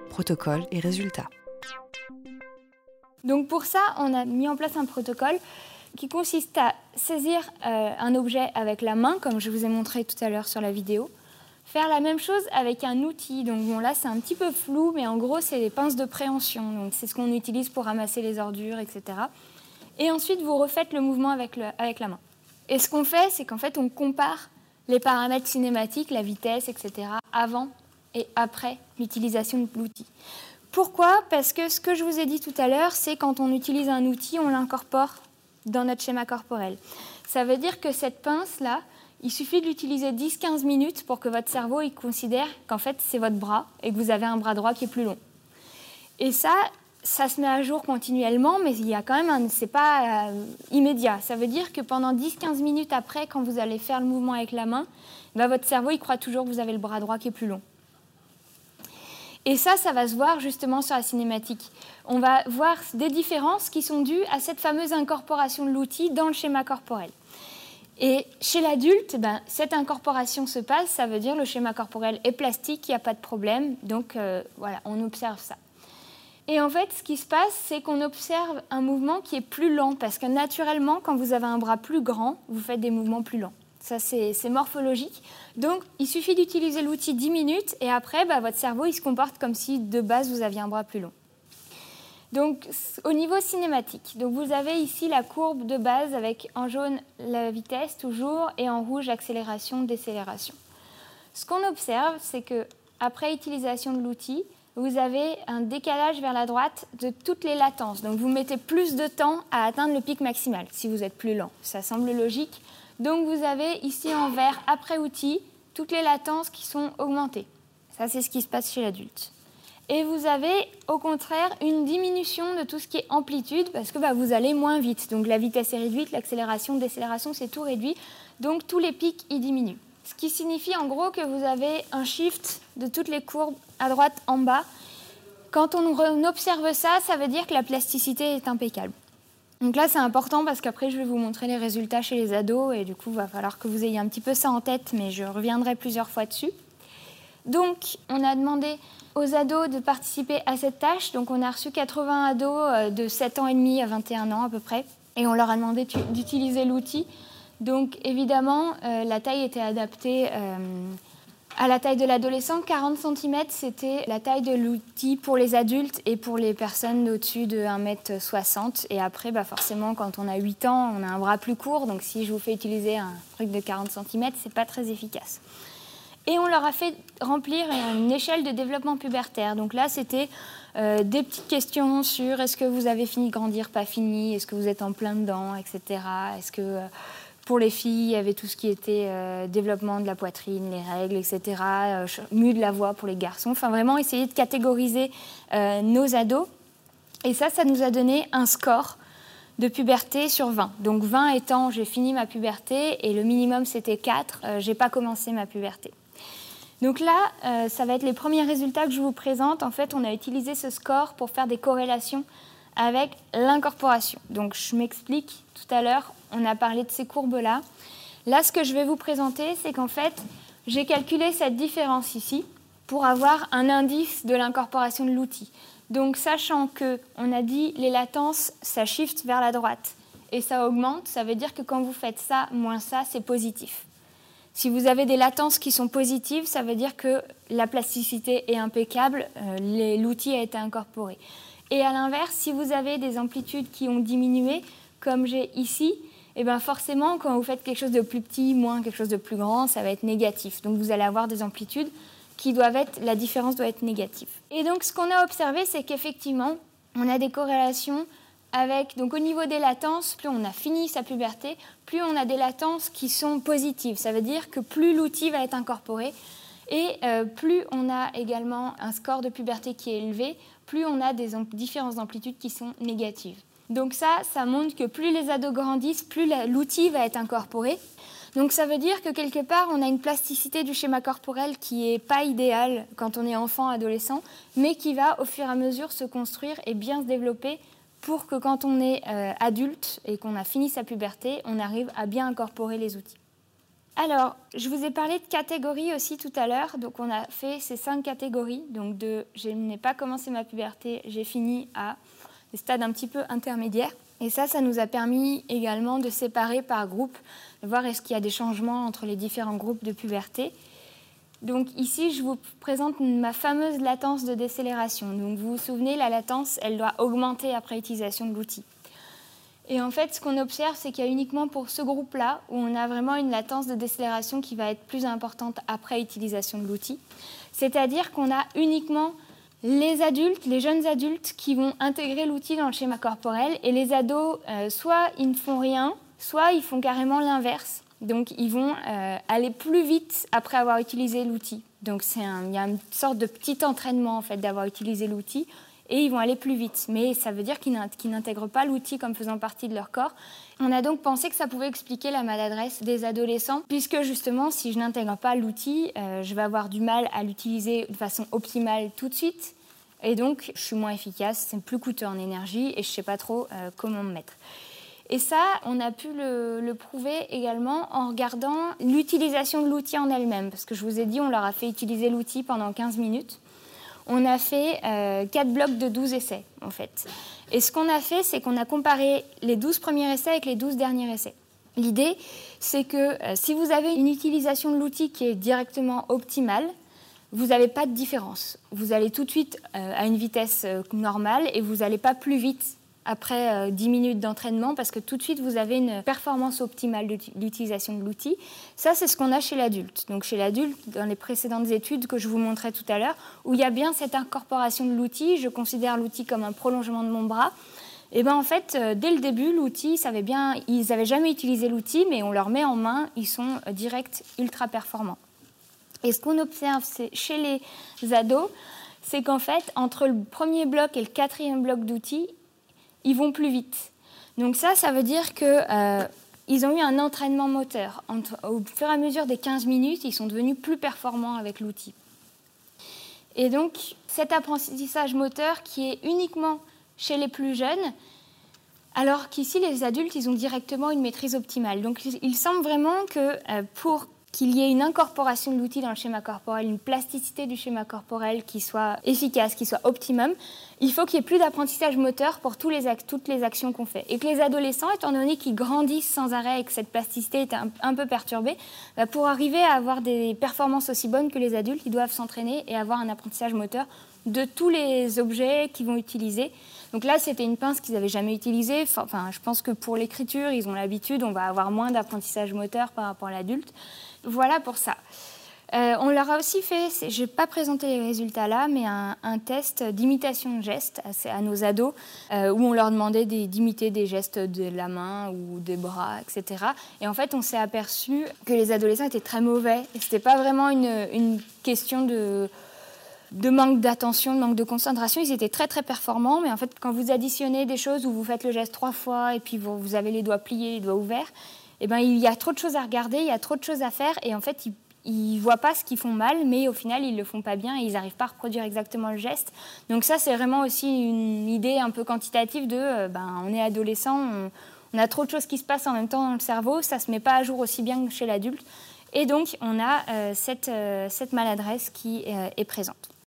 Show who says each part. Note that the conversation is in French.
Speaker 1: protocole et résultats.
Speaker 2: Donc pour ça, on a mis en place un protocole qui consiste à saisir un objet avec la main, comme je vous ai montré tout à l'heure sur la vidéo, faire la même chose avec un outil. Donc bon, là, c'est un petit peu flou, mais en gros, c'est des pinces de préhension. Donc c'est ce qu'on utilise pour ramasser les ordures, etc. Et ensuite, vous refaites le mouvement avec la main. Et ce qu'on fait, c'est qu'en fait, on compare les paramètres cinématiques, la vitesse, etc., avant et après l'utilisation de l'outil. Pourquoi ? Parce que ce que je vous ai dit tout à l'heure, c'est quand on utilise un outil, on l'incorpore dans notre schéma corporel. Ça veut dire que cette pince-là, il suffit de l'utiliser 10-15 minutes pour que votre cerveau il considère qu'en fait, c'est votre bras et que vous avez un bras droit qui est plus long. Et ça se met à jour continuellement, mais il y a quand même c'est pas immédiat. Ça veut dire que pendant 10-15 minutes après, quand vous allez faire le mouvement avec la main, votre cerveau il croit toujours que vous avez le bras droit qui est plus long. Et ça va se voir justement sur la cinématique. On va voir des différences qui sont dues à cette fameuse incorporation de l'outil dans le schéma corporel. Et chez l'adulte, cette incorporation se passe, ça veut dire le schéma corporel est plastique, il n'y a pas de problème, donc voilà, on observe ça. Et en fait, ce qui se passe, c'est qu'on observe un mouvement qui est plus lent, parce que naturellement, quand vous avez un bras plus grand, vous faites des mouvements plus lents. Ça, c'est morphologique. Donc, il suffit d'utiliser l'outil 10 minutes et après, votre cerveau, il se comporte comme si, de base, vous aviez un bras plus long. Donc, au niveau cinématique, donc vous avez ici la courbe de base avec en jaune la vitesse toujours et en rouge l'accélération, décélération. Ce qu'on observe, c'est qu'après utilisation de l'outil, vous avez un décalage vers la droite de toutes les latences. Donc, vous mettez plus de temps à atteindre le pic maximal si vous êtes plus lent. Ça semble logique. Donc, vous avez ici en vert, après outil, toutes les latences qui sont augmentées. Ça, c'est ce qui se passe chez l'adulte. Et vous avez, au contraire, une diminution de tout ce qui est amplitude, parce que vous allez moins vite. Donc, la vitesse est réduite, l'accélération, décélération, c'est tout réduit. Donc, tous les pics, ils diminuent. Ce qui signifie, en gros, que vous avez un shift de toutes les courbes à droite en bas. Quand on observe ça, ça veut dire que la plasticité est impeccable. Donc là, c'est important parce qu'après, je vais vous montrer les résultats chez les ados et du coup, il va falloir que vous ayez un petit peu ça en tête, mais je reviendrai plusieurs fois dessus. Donc, on a demandé aux ados de participer à cette tâche. Donc, on a reçu 80 ados de 7 ans et demi à 21 ans à peu près et on leur a demandé d'utiliser l'outil. Donc, évidemment, la taille était adaptée à la taille de l'adolescent. 40 cm, c'était la taille de l'outil pour les adultes et pour les personnes au-dessus de 1,60 m. Et après, forcément, quand on a 8 ans, on a un bras plus court. Donc, si je vous fais utiliser un truc de 40 cm, c'est pas très efficace. Et on leur a fait remplir une échelle de développement pubertaire. Donc là, c'était des petites questions sur est-ce que vous avez fini de grandir, pas fini, est-ce que vous êtes en plein dedans, etc. Est-ce que... Pour les filles, il y avait tout ce qui était développement de la poitrine, les règles, etc. Mue de la voix pour les garçons. Enfin, vraiment essayer de catégoriser nos ados. Et ça nous a donné un score de puberté sur 20. Donc 20 étant j'ai fini ma puberté et le minimum c'était 4, j'ai pas commencé ma puberté. Donc là, ça va être les premiers résultats que je vous présente. En fait, on a utilisé ce score pour faire des corrélations avec l'incorporation. Donc je m'explique tout à l'heure. On a parlé de ces courbes-là. Là, ce que je vais vous présenter, c'est qu'en fait, j'ai calculé cette différence ici pour avoir un indice de l'incorporation de l'outil. Donc, sachant qu'on a dit les latences, ça shift vers la droite et ça augmente, ça veut dire que quand vous faites ça, moins ça, c'est positif. Si vous avez des latences qui sont positives, ça veut dire que la plasticité est impeccable, l'outil a été incorporé. Et à l'inverse, si vous avez des amplitudes qui ont diminué, comme j'ai ici, et forcément, quand vous faites quelque chose de plus petit, moins quelque chose de plus grand, ça va être négatif. Donc vous allez avoir des amplitudes qui doivent être, la différence doit être négative. Et donc ce qu'on a observé, c'est qu'effectivement, on a des corrélations avec, donc au niveau des latences, plus on a fini sa puberté, plus on a des latences qui sont positives. Ça veut dire que plus l'outil va être incorporé et plus on a également un score de puberté qui est élevé, plus on a des différences d'amplitude qui sont négatives. Donc ça montre que plus les ados grandissent, plus l'outil va être incorporé. Donc ça veut dire que quelque part, on a une plasticité du schéma corporel qui n'est pas idéale quand on est enfant, adolescent, mais qui va au fur et à mesure se construire et bien se développer pour que quand on est adulte et qu'on a fini sa puberté, on arrive à bien incorporer les outils. Alors, je vous ai parlé de catégories aussi tout à l'heure. Donc, on a fait ces 5 catégories. Donc, je n'ai pas commencé ma puberté, j'ai fini à des stades un petit peu intermédiaires. Et ça nous a permis également de séparer par groupe, de voir est-ce qu'il y a des changements entre les différents groupes de puberté. Donc, ici, je vous présente ma fameuse latence de décélération. Donc, vous vous souvenez, la latence, elle doit augmenter après utilisation de l'outil. Et en fait, ce qu'on observe, c'est qu'il y a uniquement pour ce groupe-là où on a vraiment une latence de décélération qui va être plus importante après utilisation de l'outil. C'est-à-dire qu'on a uniquement les adultes, les jeunes adultes qui vont intégrer l'outil dans le schéma corporel et les ados, soit ils ne font rien, soit ils font carrément l'inverse. Donc, ils vont aller plus vite après avoir utilisé l'outil. Donc, il y a une sorte de petit entraînement en fait, d'avoir utilisé l'outil. Et ils vont aller plus vite. Mais ça veut dire qu'ils n'intègrent pas l'outil comme faisant partie de leur corps. On a donc pensé que ça pouvait expliquer la maladresse des adolescents, puisque justement, si je n'intègre pas l'outil, je vais avoir du mal à l'utiliser de façon optimale tout de suite. Et donc, je suis moins efficace, c'est plus coûteux en énergie et je ne sais pas trop comment me mettre. Et ça, on a pu le prouver également en regardant l'utilisation de l'outil en elle-même. Parce que je vous ai dit, on leur a fait utiliser l'outil pendant 15 minutes. On a fait 4 blocs de 12 essais, en fait. Et ce qu'on a fait, c'est qu'on a comparé les 12 premiers essais avec les 12 derniers essais. L'idée, c'est que si vous avez une utilisation de l'outil qui est directement optimale, vous n'avez pas de différence. Vous allez tout de suite à une vitesse normale et vous n'allez pas plus vite après 10 minutes d'entraînement parce que tout de suite, vous avez une performance optimale de l'utilisation de l'outil. Ça, c'est ce qu'on a chez l'adulte. Donc chez l'adulte, dans les précédentes études que je vous montrais tout à l'heure, où il y a bien cette incorporation de l'outil, je considère l'outil comme un prolongement de mon bras, et bien en fait, dès le début, l'outil, ils n'avaient jamais utilisé l'outil, mais on leur met en main, ils sont direct ultra performants. Et ce qu'on observe chez les ados, c'est qu'en fait, entre le premier bloc et le 4e bloc d'outils, ils vont plus vite. Donc ça veut dire qu'ils ont eu un entraînement moteur. Au fur et à mesure des 15 minutes, ils sont devenus plus performants avec l'outil. Et donc, cet apprentissage moteur qui est uniquement chez les plus jeunes, alors qu'ici, les adultes, ils ont directement une maîtrise optimale. Donc, il semble vraiment que pour qu'il y ait une incorporation de l'outil dans le schéma corporel, une plasticité du schéma corporel qui soit efficace, qui soit optimum, il faut qu'il n'y ait plus d'apprentissage moteur pour toutes les actions qu'on fait. Et que les adolescents, étant donné qu'ils grandissent sans arrêt et que cette plasticité est un peu perturbée, pour arriver à avoir des performances aussi bonnes que les adultes, ils doivent s'entraîner et avoir un apprentissage moteur de tous les objets qu'ils vont utiliser. Donc là, c'était une pince qu'ils n'avaient jamais utilisée. Enfin, je pense que pour l'écriture, ils ont l'habitude, on va avoir moins d'apprentissage moteur par rapport à l'adulte. Voilà pour ça. On leur a aussi fait, je n'ai pas présenté les résultats là, mais un test d'imitation de gestes à nos ados, où on leur demandait d'imiter des gestes de la main ou des bras, etc. Et en fait, on s'est aperçu que les adolescents étaient très mauvais. Et ce n'était pas vraiment une question de manque d'attention, de manque de concentration. Ils étaient très très performants, mais en fait, quand vous additionnez des choses où vous faites le geste 3 fois et puis vous avez les doigts pliés, les doigts ouverts, eh ben, il y a trop de choses à regarder, il y a trop de choses à faire, et en fait, ils ne voient pas ce qu'ils font mal, mais au final, ils ne le font pas bien et ils n'arrivent pas à reproduire exactement le geste. Donc ça, c'est vraiment aussi une idée un peu quantitative de on est adolescent, on a trop de choses qui se passent en même temps dans le cerveau, ça ne se met pas à jour aussi bien que chez l'adulte. Et donc, on a cette maladresse qui est présente.